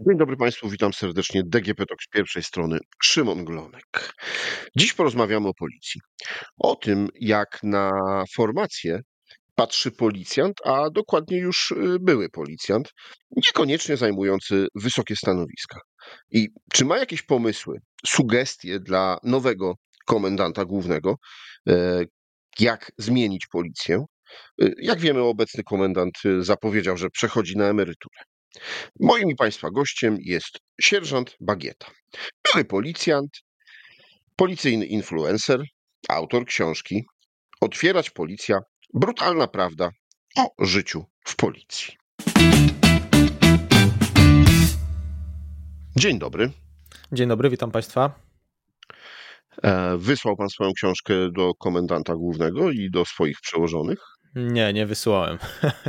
Dzień dobry Państwu, witam serdecznie. DGP TOK z pierwszej strony, Szymon Glonek. Dziś porozmawiamy o policji. O tym, jak na formację patrzy policjant, a dokładnie już były policjant, niekoniecznie zajmujący wysokie stanowiska. I czy ma jakieś pomysły, sugestie dla nowego komendanta głównego, e, jak zmienić policję? Jak wiemy, obecny komendant zapowiedział, że przechodzi na emeryturę. Moim i Państwa gościem jest sierżant Bagieta. Były policjant, policyjny influencer, autor książki Otwierać Policja. Brutalna prawda o życiu w policji. Dzień dobry. Dzień dobry, witam Państwa. Wysłał Pan swoją książkę do komendanta głównego i do swoich przełożonych? Nie wysłałem.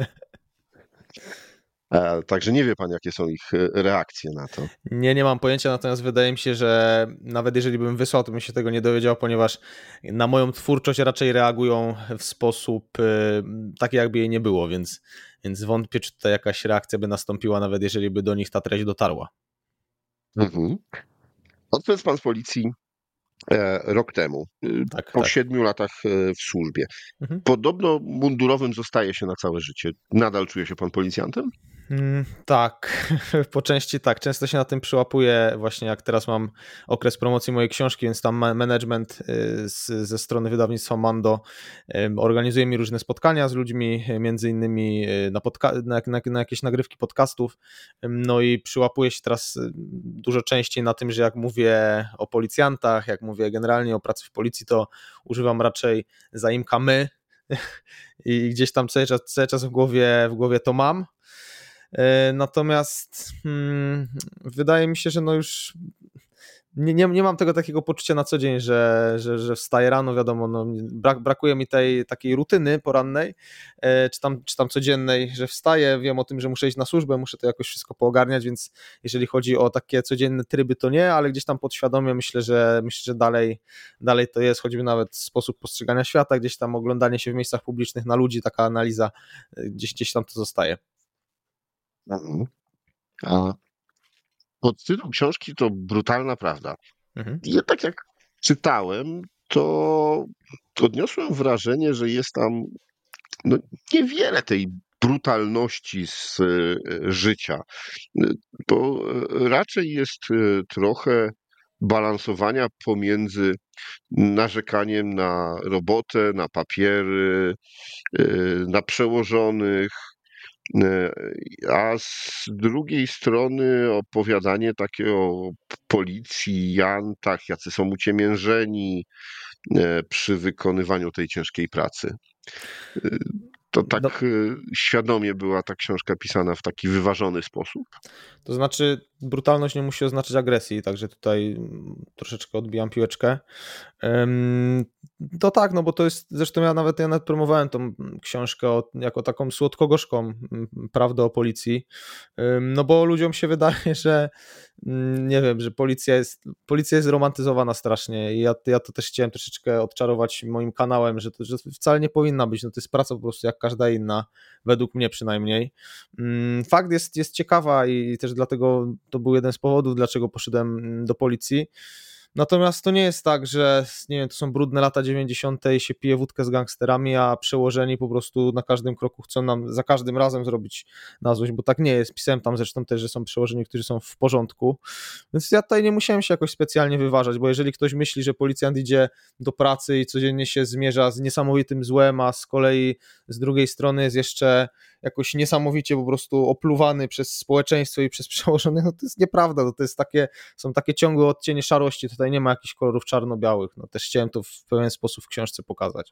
Także nie wie Pan, jakie są ich reakcje na to. Nie mam pojęcia, natomiast wydaje mi się, że nawet jeżeli bym wysłał, to bym się tego nie dowiedział, ponieważ na moją twórczość raczej reagują w sposób taki, jakby jej nie było, więc wątpię, czy tutaj jakaś reakcja by nastąpiła, nawet jeżeli by do nich ta treść dotarła. Odszedł Pan z policji rok temu, po 7 latach w służbie. Podobno mundurowym zostaje się na całe życie. Nadal czuje się Pan policjantem? Tak, po części tak. Często się na tym przyłapuję, właśnie jak teraz mam okres promocji mojej książki, więc tam management ze strony wydawnictwa Mando organizuje mi różne spotkania z ludźmi, między innymi na jakieś nagrywki podcastów, no i przyłapuję się teraz dużo częściej na tym, że jak mówię o policjantach, jak mówię generalnie o pracy w policji, to używam raczej zaimka my i gdzieś tam cały czas w głowie to mam. Natomiast wydaje mi się, że no już nie mam tego takiego poczucia na co dzień, że wstaję rano, wiadomo, no brakuje mi tej takiej rutyny porannej, czy tam codziennej, że wstaję, wiem o tym, że muszę iść na służbę, muszę to jakoś wszystko poogarniać, więc jeżeli chodzi o takie codzienne tryby, to nie, ale gdzieś tam podświadomie myślę, że dalej to jest, choćby nawet sposób postrzegania świata, gdzieś tam oglądanie się w miejscach publicznych na ludzi, taka analiza, gdzieś tam to zostaje. A podtytuł książki to Brutalna prawda. Ja tak jak czytałem, to odniosłem wrażenie, że jest tam niewiele tej brutalności z życia. To raczej jest trochę balansowania pomiędzy narzekaniem na robotę, na papiery, na przełożonych, a z drugiej strony opowiadanie takie o policjantach, jacy są uciemiężeni przy wykonywaniu tej ciężkiej pracy. To tak świadomie była ta książka pisana w taki wyważony sposób? To znaczy, brutalność nie musi oznaczać agresji, także tutaj troszeczkę odbijam piłeczkę. To tak, no bo to jest, zresztą ja nawet promowałem tą książkę jako taką słodko-gorzką prawdę o policji, no bo ludziom się wydaje, że nie wiem, że policja jest romantyzowana strasznie i ja to też chciałem troszeczkę odczarować moim kanałem, że wcale nie powinna być, no to jest praca po prostu jak każda inna, według mnie przynajmniej. Fakt jest ciekawa i też dlatego to był jeden z powodów, dlaczego poszedłem do policji. Natomiast to nie jest tak, że nie wiem, to są brudne lata 90. i się pije wódkę z gangsterami, a przełożeni po prostu na każdym kroku chcą nam za każdym razem zrobić na złość, bo tak nie jest. Pisałem tam zresztą też, że są przełożeni, którzy są w porządku, więc ja tutaj nie musiałem się jakoś specjalnie wyważać, bo jeżeli ktoś myśli, że policjant idzie do pracy i codziennie się zmierza z niesamowitym złem, a z kolei z drugiej strony jest jeszcze jakoś niesamowicie po prostu opluwany przez społeczeństwo i przez przełożonych, no to jest nieprawda, są takie ciągłe odcienie szarości, tutaj nie ma jakichś kolorów czarno-białych, no też chciałem to w pewien sposób w książce pokazać.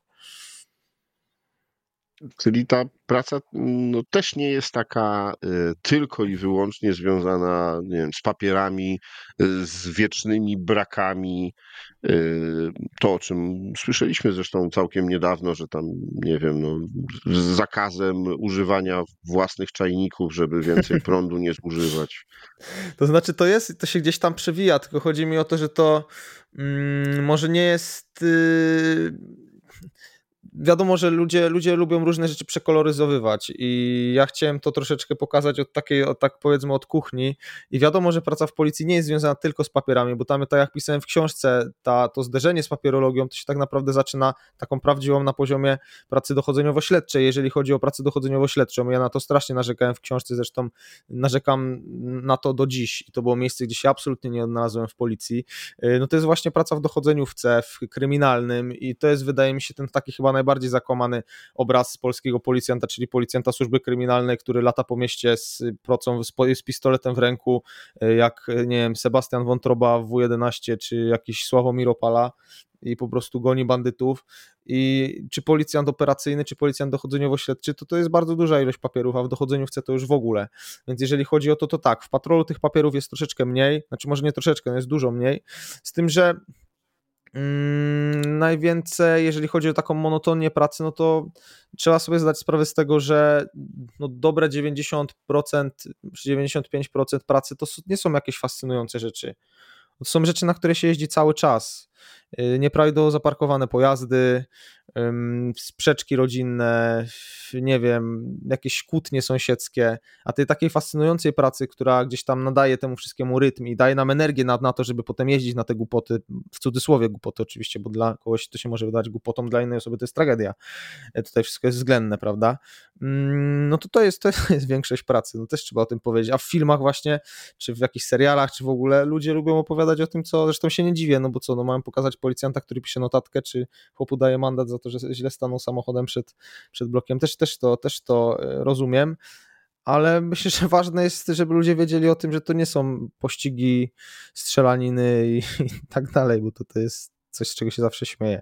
Czyli ta praca też nie jest taka tylko i wyłącznie związana, nie wiem, z papierami, z wiecznymi brakami. To, o czym słyszeliśmy zresztą całkiem niedawno, że tam, nie wiem, z zakazem używania własnych czajników, żeby więcej prądu nie zużywać. To znaczy to się gdzieś tam przewija, tylko chodzi mi o to, że to może nie jest... wiadomo, że ludzie lubią różne rzeczy przekoloryzowywać i ja chciałem to troszeczkę pokazać tak powiedzmy od kuchni i wiadomo, że praca w policji nie jest związana tylko z papierami, bo tam, tak jak pisałem w książce, to zderzenie z papierologią to się tak naprawdę zaczyna taką prawdziwą na poziomie pracy dochodzeniowo-śledczej, jeżeli chodzi o pracę dochodzeniowo-śledczą. Ja na to strasznie narzekałem w książce, zresztą narzekam na to do dziś i to było miejsce, gdzie się absolutnie nie odnalazłem w policji. No to jest właśnie praca w dochodzeniówce, w kryminalnym i to jest, wydaje mi się, ten taki chyba najbardziej zakłamany obraz polskiego policjanta, czyli policjanta służby kryminalnej, który lata po mieście z procą, z pistoletem w ręku, jak, nie wiem, Sebastian Wątroba w W11, czy jakiś Sławomir Opala i po prostu goni bandytów. I czy policjant operacyjny, czy policjant dochodzeniowo-śledczy, to jest bardzo duża ilość papierów, a w dochodzeniówce to już w ogóle. Więc jeżeli chodzi o to tak, w patrolu tych papierów jest troszeczkę mniej, znaczy może nie troszeczkę, no jest dużo mniej, z tym, że najwięcej, jeżeli chodzi o taką monotonię pracy, no to trzeba sobie zdać sprawę z tego, że no dobre 90%, 95% pracy to nie są jakieś fascynujące rzeczy. To są rzeczy, na które się jeździ cały czas. Nieprawidłowo zaparkowane pojazdy, sprzeczki rodzinne, nie wiem, jakieś kłótnie sąsiedzkie, a tej takiej fascynującej pracy, która gdzieś tam nadaje temu wszystkiemu rytm i daje nam energię na to, żeby potem jeździć na te głupoty, w cudzysłowie głupoty oczywiście, bo dla kogoś to się może wydać głupotą, dla innej osoby to jest tragedia. Tutaj wszystko jest względne, prawda? No to jest większość pracy, no też trzeba o tym powiedzieć, a w filmach właśnie, czy w jakichś serialach, czy w ogóle ludzie lubią opowiadać o tym, co, zresztą się nie dziwię, no bo co, no mają pokazać policjanta, który pisze notatkę, czy chłopu daje mandat za to, że źle stanął samochodem przed blokiem, też to rozumiem, ale myślę, że ważne jest, żeby ludzie wiedzieli o tym, że to nie są pościgi, strzelaniny i tak dalej, bo to jest coś, z czego się zawsze śmieję.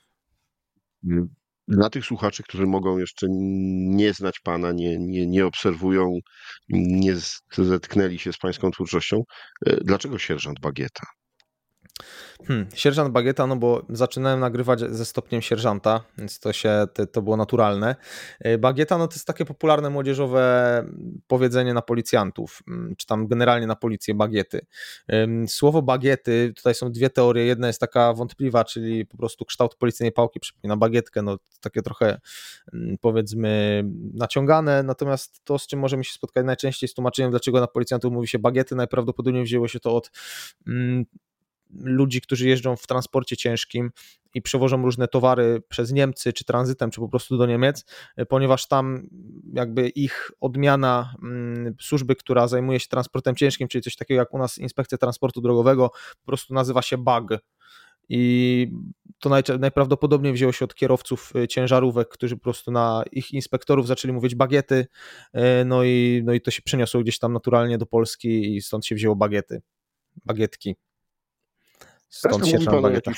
Dla tych słuchaczy, którzy mogą jeszcze nie znać pana, nie obserwują, nie zetknęli się z pańską twórczością, dlaczego sierżant Bagieta? Sierżant Bagieta, no bo zaczynałem nagrywać ze stopniem sierżanta, więc to było naturalne. Bagieta, no to jest takie popularne młodzieżowe powiedzenie na policjantów, czy tam generalnie na policję, bagiety. Słowo bagiety, tutaj są dwie teorie, jedna jest taka wątpliwa, czyli po prostu kształt policyjnej pałki przypomina bagietkę, no takie trochę powiedzmy naciągane, natomiast to, z czym możemy się spotkać najczęściej z tłumaczeniem, dlaczego na policjantów mówi się bagiety, najprawdopodobniej wzięło się to od ludzi, którzy jeżdżą w transporcie ciężkim i przewożą różne towary przez Niemcy, czy tranzytem, czy po prostu do Niemiec, ponieważ tam jakby ich odmiana służby, która zajmuje się transportem ciężkim, czyli coś takiego jak u nas Inspekcja Transportu Drogowego, po prostu nazywa się BAG. I to najprawdopodobniej wzięło się od kierowców ciężarówek, którzy po prostu na ich inspektorów zaczęli mówić bagiety, no i to się przeniosło gdzieś tam naturalnie do Polski i stąd się wzięło bagietki. Stąd sierżant Bagieta.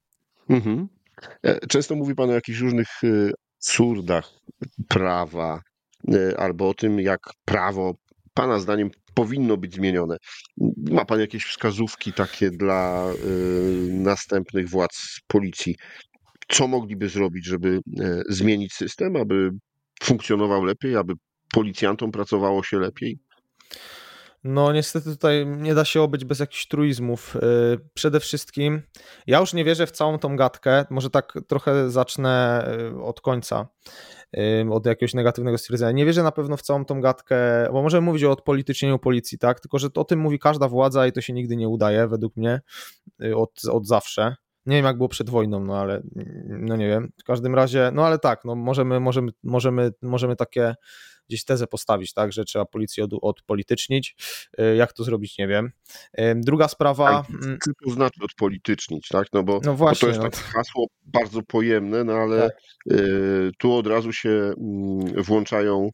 Często mówi pan o jakichś różnych absurdach prawa albo o tym, jak prawo pana zdaniem powinno być zmienione. Ma pan jakieś wskazówki takie dla następnych władz policji? Co mogliby zrobić, żeby zmienić system, aby funkcjonował lepiej, aby policjantom pracowało się lepiej? No niestety tutaj nie da się obyć bez jakichś truizmów. Przede wszystkim ja już nie wierzę w całą tą gadkę, może tak trochę zacznę od końca, od jakiegoś negatywnego stwierdzenia. Nie wierzę na pewno w całą tą gadkę, bo możemy mówić o odpolitycznieniu policji, tak? Tylko że o tym mówi każda władza i to się nigdy nie udaje według mnie od zawsze. Nie wiem jak było przed wojną, no ale no nie wiem. W każdym razie, no ale tak, no możemy takie gdzieś tezę postawić, tak, że trzeba policję odpolitycznić. Jak to zrobić, nie wiem. Druga sprawa... Co to znaczy odpolitycznić, tak? No bo właśnie, to jest takie hasło bardzo pojemne, no ale tak. Tu od razu się włączają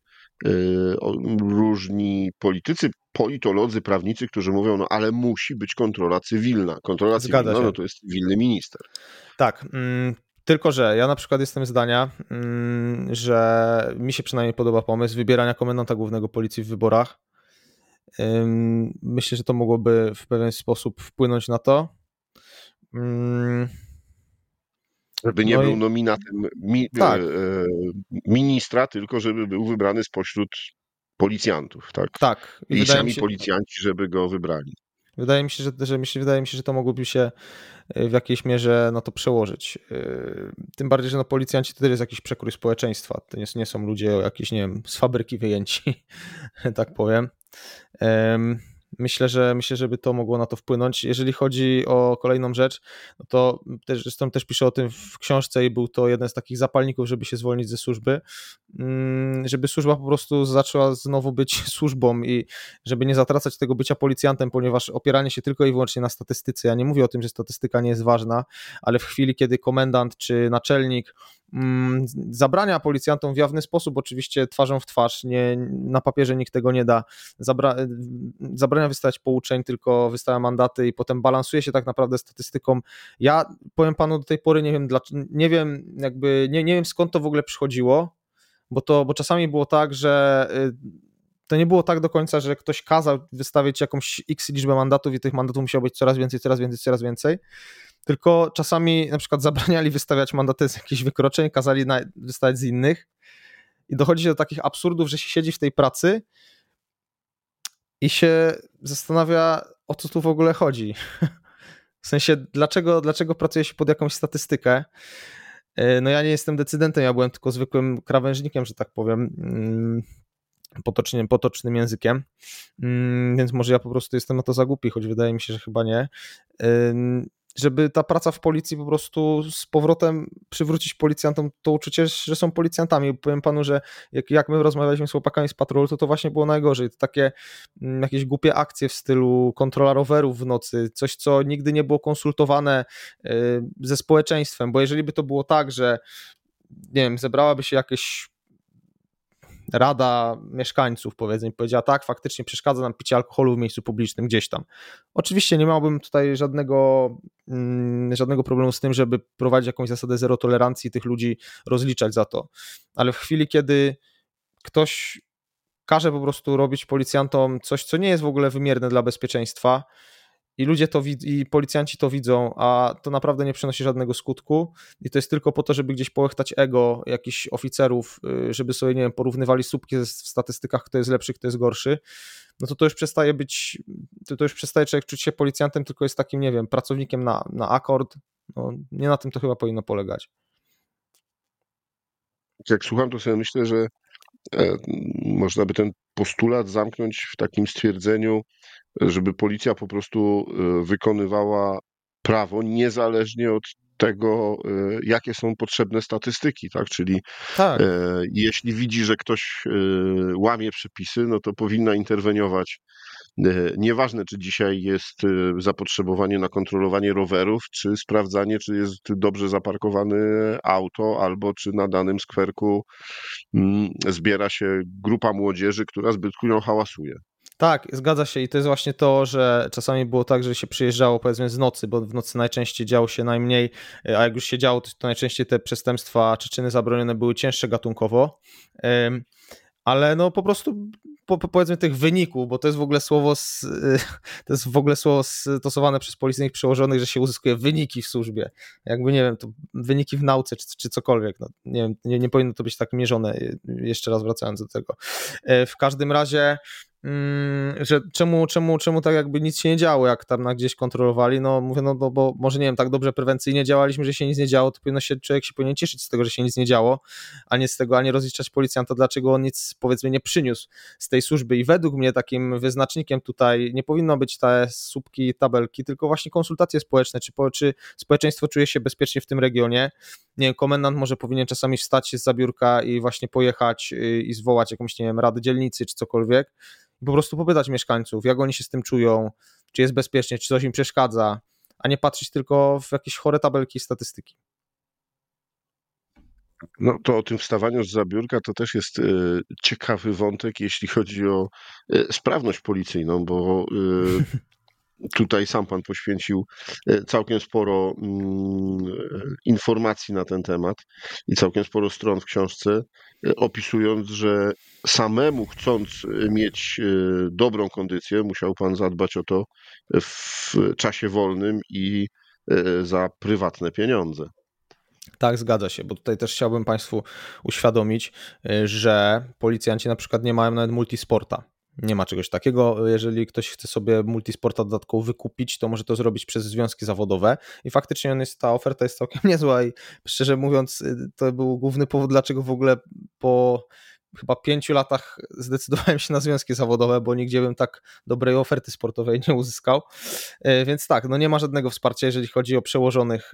różni politycy, politolodzy, prawnicy, którzy mówią, no ale musi być kontrola cywilna. Kontrola cywilna, no to jest cywilny minister. Tak, tylko że ja na przykład jestem zdania, że mi się przynajmniej podoba pomysł wybierania komendanta głównego policji w wyborach. Myślę, że to mogłoby w pewien sposób wpłynąć na to. Żeby nie był nominatem ministra, tylko żeby był wybrany spośród policjantów, tak? Tak. I sami policjanci, żeby go wybrali. Wydaje mi się, że to mogłoby się w jakiejś mierze na to przełożyć. Tym bardziej, że policjanci to też jest jakiś przekrój społeczeństwa. To nie są ludzie jakieś, nie wiem, z fabryki wyjęci, tak powiem. Myślę, że by to mogło na to wpłynąć. Jeżeli chodzi o kolejną rzecz, no to zresztą też piszę o tym w książce i był to jeden z takich zapalników, żeby się zwolnić ze służby, żeby służba po prostu zaczęła znowu być służbą i żeby nie zatracać tego bycia policjantem, ponieważ opieranie się tylko i wyłącznie na statystyce, ja nie mówię o tym, że statystyka nie jest ważna, ale w chwili, kiedy komendant czy naczelnik zabrania policjantom w jawny sposób, oczywiście twarzą w twarz, na papierze nikt tego nie da, zabrania wystawiać pouczeń, tylko wystawia mandaty i potem balansuje się tak naprawdę statystyką. Ja powiem panu, do tej pory nie wiem skąd to w ogóle przychodziło, bo czasami było tak, że to nie było tak do końca, że ktoś kazał wystawić jakąś x liczbę mandatów i tych mandatów musiało być coraz więcej, tylko czasami na przykład zabraniali wystawiać mandaty z jakichś wykroczeń, kazali wystawiać z innych i dochodzi do takich absurdów, że się siedzi w tej pracy i się zastanawia, o co tu w ogóle chodzi. W sensie, dlaczego pracuje się pod jakąś statystykę? No ja nie jestem decydentem, ja byłem tylko zwykłym krawężnikiem, że tak powiem, potocznym językiem, więc może ja po prostu jestem na to za głupi, choć wydaje mi się, że chyba nie. Żeby ta praca w policji po prostu z powrotem przywrócić policjantom to uczucie, że są policjantami. Powiem panu, że jak my rozmawialiśmy z chłopakami z patrolu, to właśnie było najgorzej. To takie jakieś głupie akcje w stylu kontrola rowerów w nocy, coś, co nigdy nie było konsultowane ze społeczeństwem, bo jeżeli by to było tak, że nie wiem, zebrałaby się jakieś rada mieszkańców, powiedzmy, powiedziała tak, faktycznie przeszkadza nam picie alkoholu w miejscu publicznym gdzieś tam. Oczywiście nie miałbym tutaj żadnego problemu z tym, żeby prowadzić jakąś zasadę zero tolerancji i tych ludzi rozliczać za to, ale w chwili, kiedy ktoś każe po prostu robić policjantom coś, co nie jest w ogóle wymierne dla bezpieczeństwa i ludzie i policjanci to widzą, a to naprawdę nie przynosi żadnego skutku i to jest tylko po to, żeby gdzieś połechtać ego jakichś oficerów, żeby sobie, nie wiem, porównywali słupki w statystykach, kto jest lepszy, kto jest gorszy, no to już przestaje być, to już przestaje człowiek czuć się policjantem, tylko jest takim, nie wiem, pracownikiem na akord. No, nie na tym to chyba powinno polegać. Jak słucham, to sobie myślę, że e, można by ten postulat zamknąć w takim stwierdzeniu, żeby policja po prostu wykonywała prawo niezależnie od tego, jakie są potrzebne statystyki, tak? Czyli Tak. jeśli widzi, że ktoś łamie przepisy, no to powinna interweniować. Nieważne, czy dzisiaj jest zapotrzebowanie na kontrolowanie rowerów, czy sprawdzanie, czy jest dobrze zaparkowane auto, albo czy na danym skwerku zbiera się grupa młodzieży, która zbyt głośno hałasuje. Tak, zgadza się i to jest właśnie to, że czasami było tak, że się przyjeżdżało powiedzmy z nocy, bo w nocy najczęściej działo się najmniej, a jak już się działo, to najczęściej te przestępstwa czy czyny zabronione były cięższe gatunkowo, ale no po prostu powiedzmy tych wyników, bo to jest w ogóle słowo stosowane przez policyjnych przełożonych, że się uzyskuje wyniki w służbie. Jakby nie wiem, to wyniki w nauce czy cokolwiek. No, nie wiem, nie powinno to być tak mierzone, jeszcze raz wracając do tego. W każdym razie że czemu tak jakby nic się nie działo, jak tam na gdzieś kontrolowali, no mówię, no bo może nie wiem, tak dobrze prewencyjnie działaliśmy, że się nic nie działo, to człowiek się powinien cieszyć z tego, że się nic nie działo, a nie rozliczać policjanta, dlaczego on nic powiedzmy nie przyniósł z tej służby i według mnie takim wyznacznikiem tutaj nie powinno być te słupki, tabelki, tylko właśnie konsultacje społeczne, czy społeczeństwo czuje się bezpiecznie w tym regionie, nie wiem, komendant może powinien czasami wstać z biurka i właśnie pojechać i zwołać jakąś, nie wiem, radę dzielnicy czy cokolwiek, po prostu popytać mieszkańców, jak oni się z tym czują, czy jest bezpiecznie, czy coś im przeszkadza, a nie patrzeć tylko w jakieś chore tabelki i statystyki. No to o tym wstawaniu z biurka to też jest ciekawy wątek, jeśli chodzi o sprawność policyjną, bo tutaj sam pan poświęcił całkiem sporo informacji na ten temat i całkiem sporo stron w książce, opisując, że samemu chcąc mieć dobrą kondycję, musiał pan zadbać o to w czasie wolnym i za prywatne pieniądze. Tak, zgadza się, bo tutaj też chciałbym Państwu uświadomić, że policjanci na przykład nie mają nawet multisporta. Nie ma czegoś takiego. Jeżeli ktoś chce sobie multisporta dodatkowo wykupić, to może to zrobić przez związki zawodowe i faktycznie ta oferta jest całkiem niezła i szczerze mówiąc to był główny powód, dlaczego w ogóle po chyba 5 latach zdecydowałem się na związki zawodowe, bo nigdzie bym tak dobrej oferty sportowej nie uzyskał. Więc tak, no nie ma żadnego wsparcia, jeżeli chodzi o przełożonych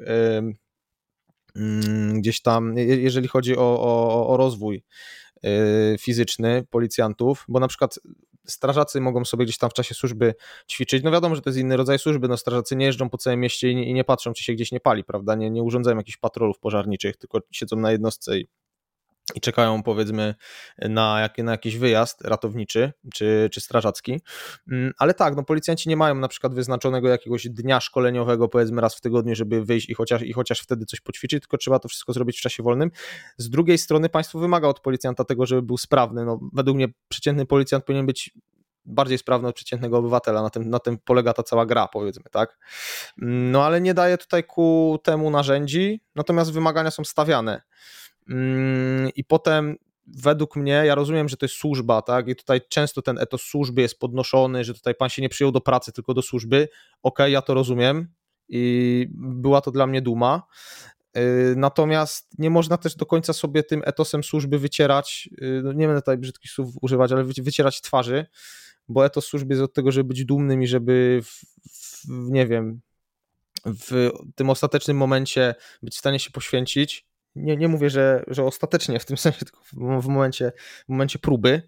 gdzieś tam, jeżeli chodzi o rozwój fizyczny policjantów, bo na przykład strażacy mogą sobie gdzieś tam w czasie służby ćwiczyć. No wiadomo, że to jest inny rodzaj służby, no strażacy nie jeżdżą po całym mieście i nie patrzą, czy się gdzieś nie pali, prawda, nie urządzają jakichś patrolów pożarniczych, tylko siedzą na jednostce i czekają powiedzmy na jakiś wyjazd ratowniczy czy strażacki, ale tak, no policjanci nie mają na przykład wyznaczonego jakiegoś dnia szkoleniowego powiedzmy raz w tygodniu, żeby wyjść i chociaż wtedy coś poćwiczyć, tylko trzeba to wszystko zrobić w czasie wolnym. Z drugiej strony państwo wymaga od policjanta tego, żeby był sprawny, no według mnie przeciętny policjant powinien być bardziej sprawny od przeciętnego obywatela, na tym polega ta cała gra powiedzmy, tak? No ale nie daje tutaj ku temu narzędzi, natomiast wymagania są stawiane. I potem według mnie, ja rozumiem, że to jest służba, tak? I tutaj często ten etos służby jest podnoszony, że tutaj pan się nie przyjął do pracy, tylko do służby. Okej, ja to rozumiem i była to dla mnie duma. Natomiast nie można też do końca sobie tym etosem służby wycierać, no nie będę tutaj brzydkich słów używać, ale wycierać twarzy, bo etos służby jest od tego, żeby być dumnym i żeby nie wiem, w tym ostatecznym momencie być w stanie się poświęcić. Nie mówię, że ostatecznie w tym sensie, tylko w momencie próby,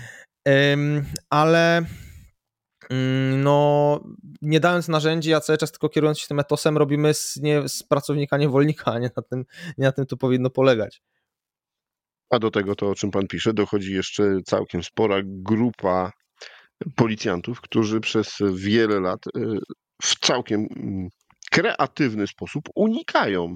ale no nie dając narzędzi, a cały czas tylko kierując się tym etosem, robimy z pracownika niewolnika, a nie na tym to powinno polegać. A do tego, to o czym pan pisze, dochodzi jeszcze całkiem spora grupa policjantów, którzy przez wiele lat w całkiem kreatywny sposób unikają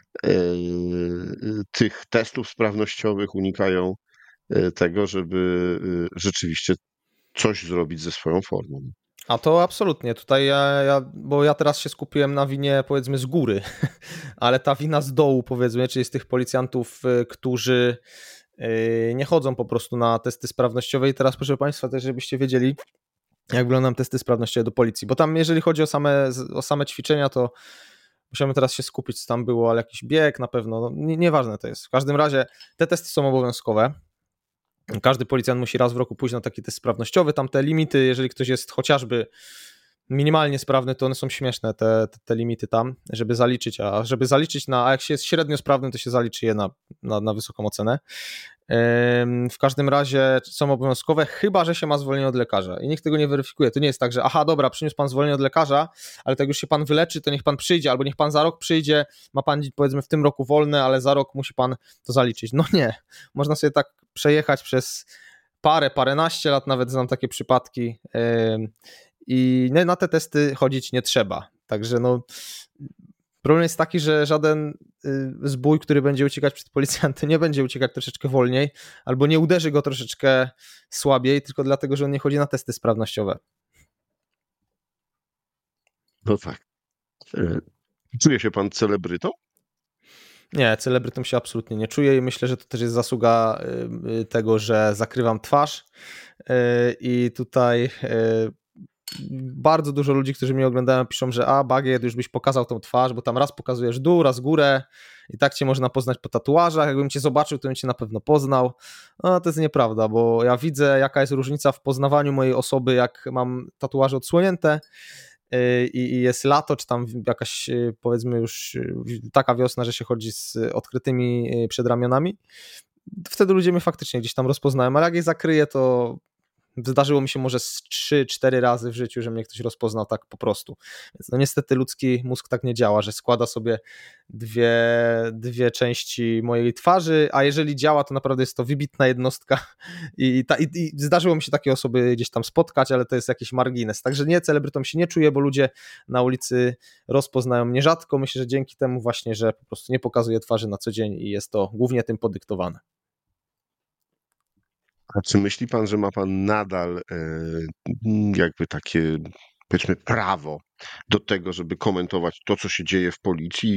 tych testów sprawnościowych, unikają tego, żeby rzeczywiście coś zrobić ze swoją formą. A to absolutnie. Tutaj bo ja teraz się skupiłem na winie powiedzmy z góry, ale ta wina z dołu powiedzmy, czyli z tych policjantów, którzy nie chodzą po prostu na testy sprawnościowe i teraz proszę Państwa też, żebyście wiedzieli, jak wyglądają testy sprawnościowe do policji, bo tam jeżeli chodzi o same ćwiczenia, to musimy teraz się skupić, co tam było, ale jakiś bieg na pewno, no, nieważne to jest. W każdym razie te testy są obowiązkowe. Każdy policjant musi raz w roku pójść na taki test sprawnościowy. Tam te limity, jeżeli ktoś jest chociażby minimalnie sprawny, to one są śmieszne, te limity tam, żeby zaliczyć, a jak się jest średnio sprawny, to się zaliczy je na wysoką ocenę. W każdym razie są obowiązkowe, chyba że się ma zwolnienie od lekarza i nikt tego nie weryfikuje. To nie jest tak, że aha, dobra, przyniósł pan zwolnienie od lekarza, ale tak już się pan wyleczy, to niech pan przyjdzie, albo niech pan za rok przyjdzie, ma pan powiedzmy w tym roku wolne, ale za rok musi pan to zaliczyć. No nie, można sobie tak przejechać przez paręnaście lat, nawet znam takie przypadki i na te testy chodzić nie trzeba. Także no problem jest taki, że żaden zbój, który będzie uciekać przed policjantem, nie będzie uciekać troszeczkę wolniej, albo nie uderzy go troszeczkę słabiej, tylko dlatego, że on nie chodzi na testy sprawnościowe. No tak. Czuje się pan celebrytą? Nie, celebrytą się absolutnie nie czuję i myślę, że to też jest zasługa tego, że zakrywam twarz i tutaj bardzo dużo ludzi, którzy mnie oglądają, piszą, że Bagiet, już byś pokazał tą twarz, bo tam raz pokazujesz dół, raz górę i tak cię można poznać po tatuażach, jakbym cię zobaczył, to bym cię na pewno poznał. No to jest nieprawda, bo ja widzę, jaka jest różnica w poznawaniu mojej osoby, jak mam tatuaże odsłonięte i jest lato, czy tam jakaś powiedzmy już taka wiosna, że się chodzi z odkrytymi przedramionami. Wtedy ludzie mnie faktycznie gdzieś tam rozpoznają, ale jak je zakryję, to zdarzyło mi się może z 3-4 razy w życiu, że mnie ktoś rozpoznał tak po prostu. Więc no niestety ludzki mózg tak nie działa, że składa sobie dwie części mojej twarzy, a jeżeli działa, to naprawdę jest to wybitna jednostka i zdarzyło mi się takie osoby gdzieś tam spotkać, ale to jest jakiś margines. Także nie, celebrytą się nie czuję, bo ludzie na ulicy rozpoznają mnie rzadko. Myślę, że dzięki temu właśnie, że po prostu nie pokazuję twarzy na co dzień i jest to głównie tym podyktowane. A czy myśli pan, że ma pan nadal jakby takie, powiedzmy, prawo do tego, żeby komentować to, co się dzieje w policji,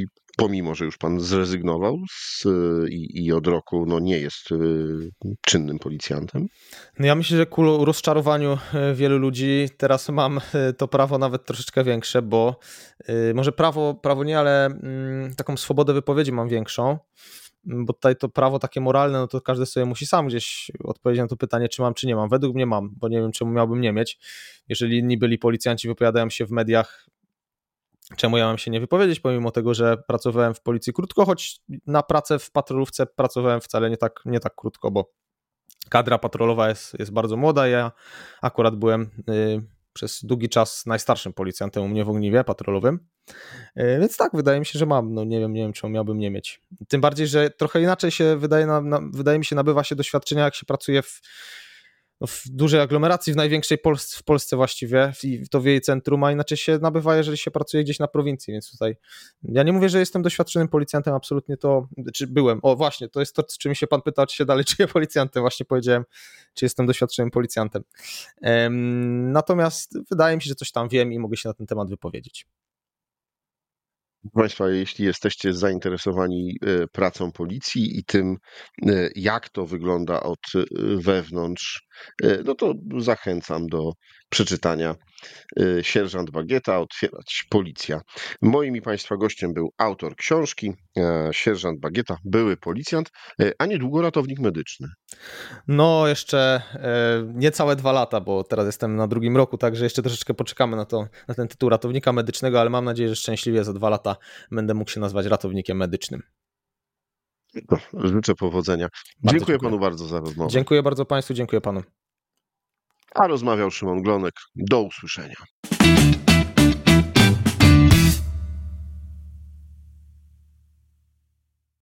pomimo że już pan zrezygnował i od roku nie jest czynnym policjantem? No ja myślę, że ku rozczarowaniu wielu ludzi teraz mam to prawo nawet troszeczkę większe, bo może prawo nie, ale taką swobodę wypowiedzi mam większą, bo tutaj to prawo takie moralne, no to każdy sobie musi sam gdzieś odpowiedzieć na to pytanie, czy mam, czy nie mam. Według mnie mam, bo nie wiem, czemu miałbym nie mieć. Jeżeli inni byli policjanci wypowiadają się w mediach, czemu ja mam się nie wypowiedzieć, pomimo tego, że pracowałem w policji krótko, choć na pracę w patrolówce pracowałem wcale nie tak krótko, bo kadra patrolowa jest bardzo młoda. Ja akurat byłem przez długi czas najstarszym policjantem u mnie w Ogniwie patrolowym, więc tak, wydaje mi się, że mam. No nie wiem, czemu miałbym nie mieć. Tym bardziej, że trochę inaczej się wydaje mi się, nabywa się doświadczenia, jak się pracuje w dużej aglomeracji, w największej w Polsce właściwie, to w jej centrum, a inaczej się nabywa, jeżeli się pracuje gdzieś na prowincji, więc tutaj ja nie mówię, że jestem doświadczonym policjantem, absolutnie to, czy byłem, właśnie, to jest to, czym się pan pyta, czy się dalej czuję policjantem, właśnie powiedziałem, czy jestem doświadczonym policjantem. Natomiast wydaje mi się, że coś tam wiem i mogę się na ten temat wypowiedzieć. Proszę Państwa, jeśli jesteście zainteresowani pracą policji i tym, jak to wygląda od wewnątrz, no to zachęcam do przeczytania Sierżant Bagieta, Otwierać Policja. Moim i Państwa gościem był autor książki, Sierżant Bagieta, były policjant, a niedługo ratownik medyczny. No jeszcze niecałe 2 lata, bo teraz jestem na 2. roku, także jeszcze troszeczkę poczekamy na ten tytuł ratownika medycznego, ale mam nadzieję, że szczęśliwie za 2 lata będę mógł się nazwać ratownikiem medycznym. Życzę powodzenia. Dziękuję panu bardzo za rozmowę. Dziękuję bardzo państwu, dziękuję panu. A rozmawiał Szymon Glonek. Do usłyszenia.